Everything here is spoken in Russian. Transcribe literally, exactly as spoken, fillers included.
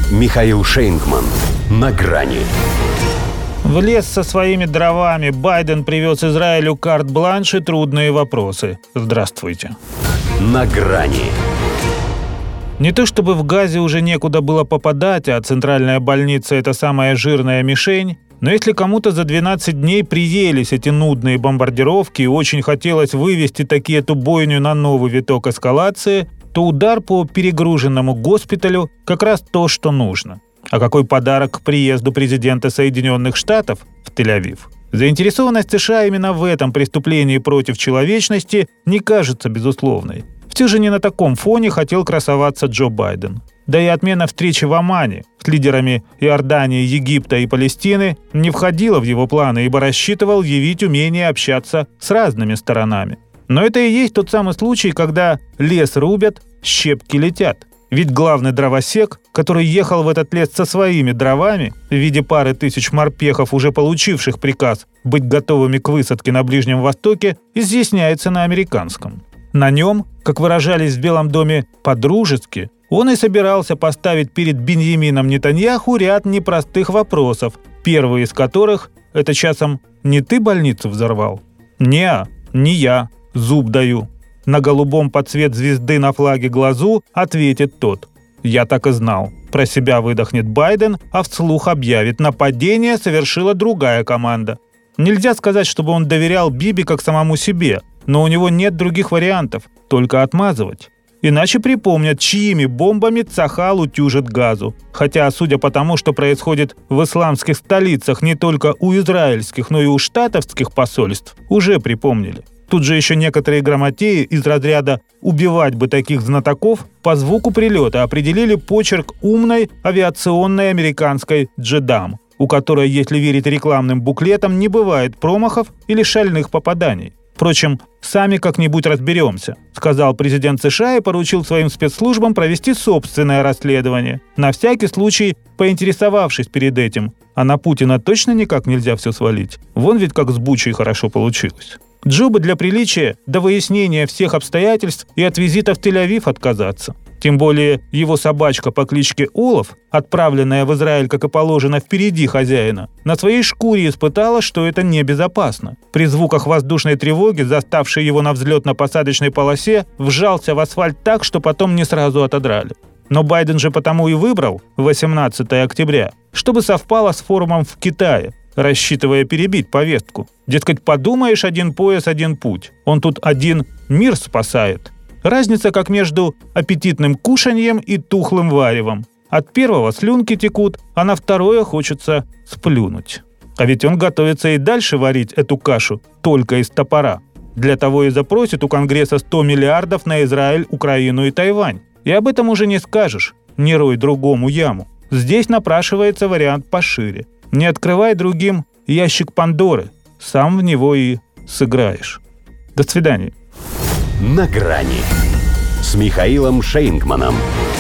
Михаил Шейнгман. На грани. В лес со своими дровами. Байден привез Израилю карт-бланш и трудные вопросы. Здравствуйте. На грани. Не то чтобы в Газе уже некуда было попадать, а центральная больница – это самая жирная мишень, но если кому-то за двенадцать дней приелись эти нудные бомбардировки и очень хотелось вывести таки эту бойню на новый виток эскалации, то удар по перегруженному госпиталю как раз то, что нужно. А какой подарок к приезду президента Соединенных Штатов в Тель-Авив? Заинтересованность США именно в этом преступлении против человечности не кажется безусловной. Все же не на таком фоне хотел красоваться Джо Байден. Да и отмена встречи в Омане с лидерами Иордании, Египта и Палестины не входила в его планы, ибо рассчитывал явить умение общаться с разными сторонами. Но это и есть тот самый случай, когда лес рубят, щепки летят. Ведь главный дровосек, который ехал в этот лес со своими дровами, в виде пары тысяч морпехов, уже получивших приказ быть готовыми к высадке на Ближнем Востоке, изъясняется на американском. На нем, как выражались в Белом доме, по-дружески, он и собирался поставить перед Биньямином Нетаньяху ряд непростых вопросов, первый из которых – это часом «не ты больницу взорвал?» «Не, не я, зуб даю». На голубом под цвет звезды на флаге глазу ответит тот. «Я так и знал». Про себя выдохнет Байден, а вслух объявит: нападение совершила другая команда. Нельзя сказать, чтобы он доверял Биби как самому себе, но у него нет других вариантов, только отмазывать. Иначе припомнят, чьими бомбами Цахал утюжит Газу. Хотя, судя по тому, что происходит в исламских столицах не только у израильских, но и у штатовских посольств, уже припомнили. Тут же еще некоторые грамотеи из разряда «убивать бы таких знатоков» по звуку прилета определили почерк умной авиационной американской «Джедам», у которой, если верить рекламным буклетам, не бывает промахов или шальных попаданий. Впрочем, сами как-нибудь разберемся, сказал президент США и поручил своим спецслужбам провести собственное расследование, на всякий случай поинтересовавшись перед этим. А на Путина точно никак нельзя все свалить? Вон ведь как с Бучей хорошо получилось. Джо бы для приличия до выяснения всех обстоятельств и от визита в Тель-Авив отказаться. Тем более его собачка по кличке Олаф, отправленная в Израиль, как и положено, впереди хозяина, на своей шкуре испытала, что это небезопасно. При звуках воздушной тревоги, заставшей его на взлетно-посадочной полосе, вжался в асфальт так, что потом не сразу отодрали. Но Байден же потому и выбрал восемнадцатое октября, чтобы совпало с форумом в Китае, рассчитывая перебить повестку. Дескать, подумаешь, один пояс, один путь. Он тут один мир спасает. Разница как между аппетитным кушаньем и тухлым варевом. От первого слюнки текут, а на второе хочется сплюнуть. А ведь он готовится и дальше варить эту кашу только из топора. Для того и запросит у Конгресса сто миллиардов на Израиль, Украину и Тайвань. И об этом уже не скажешь, не рой другому яму. Здесь напрашивается вариант пошире. Не открывай другим ящик Пандоры, сам в него и сыграешь. До свидания. На грани с Михаилом Шейнгманом.